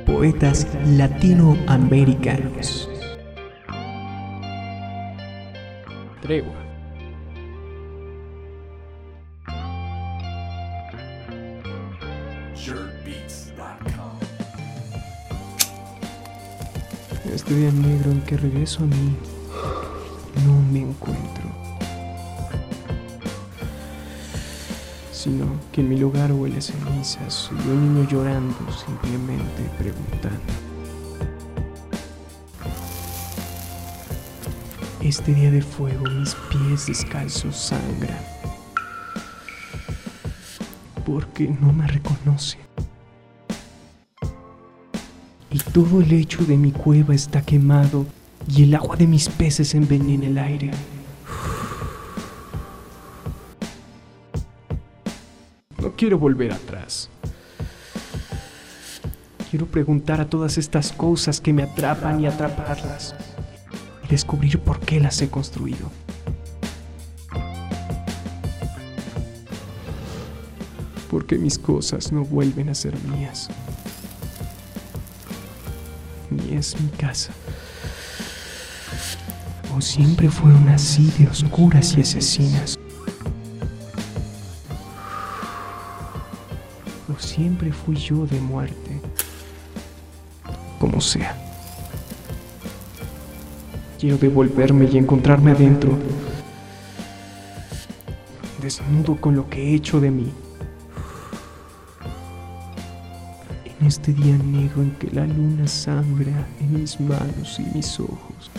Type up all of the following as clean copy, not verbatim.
poetas latinoamericanos. Tregua. Este día negro en que regreso a mí, no me encuentro, sino que en mi lugar huele a cenizas y un niño llorando, simplemente preguntando. Este día de fuego mis pies descalzos sangran, porque no me reconoce. Y todo el lecho de mi cueva está quemado y el agua de mis peces envenena el aire. No quiero volver atrás. Quiero preguntar a todas estas cosas que me atrapan y atraparlas. Y descubrir por qué las he construido. Porque mis cosas no vuelven a ser mías. Ni es mi casa. O siempre fueron así de oscuras y asesinas. O siempre fui yo de muerte. Como sea. Quiero devolverme y encontrarme adentro, desnudo con lo que he hecho de mí. En este día negro en que la luna sangra en mis manos y mis ojos.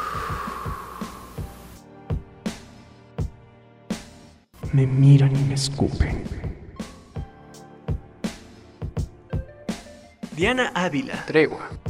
Me miran y me escupen. Diana Ávila. Tregua.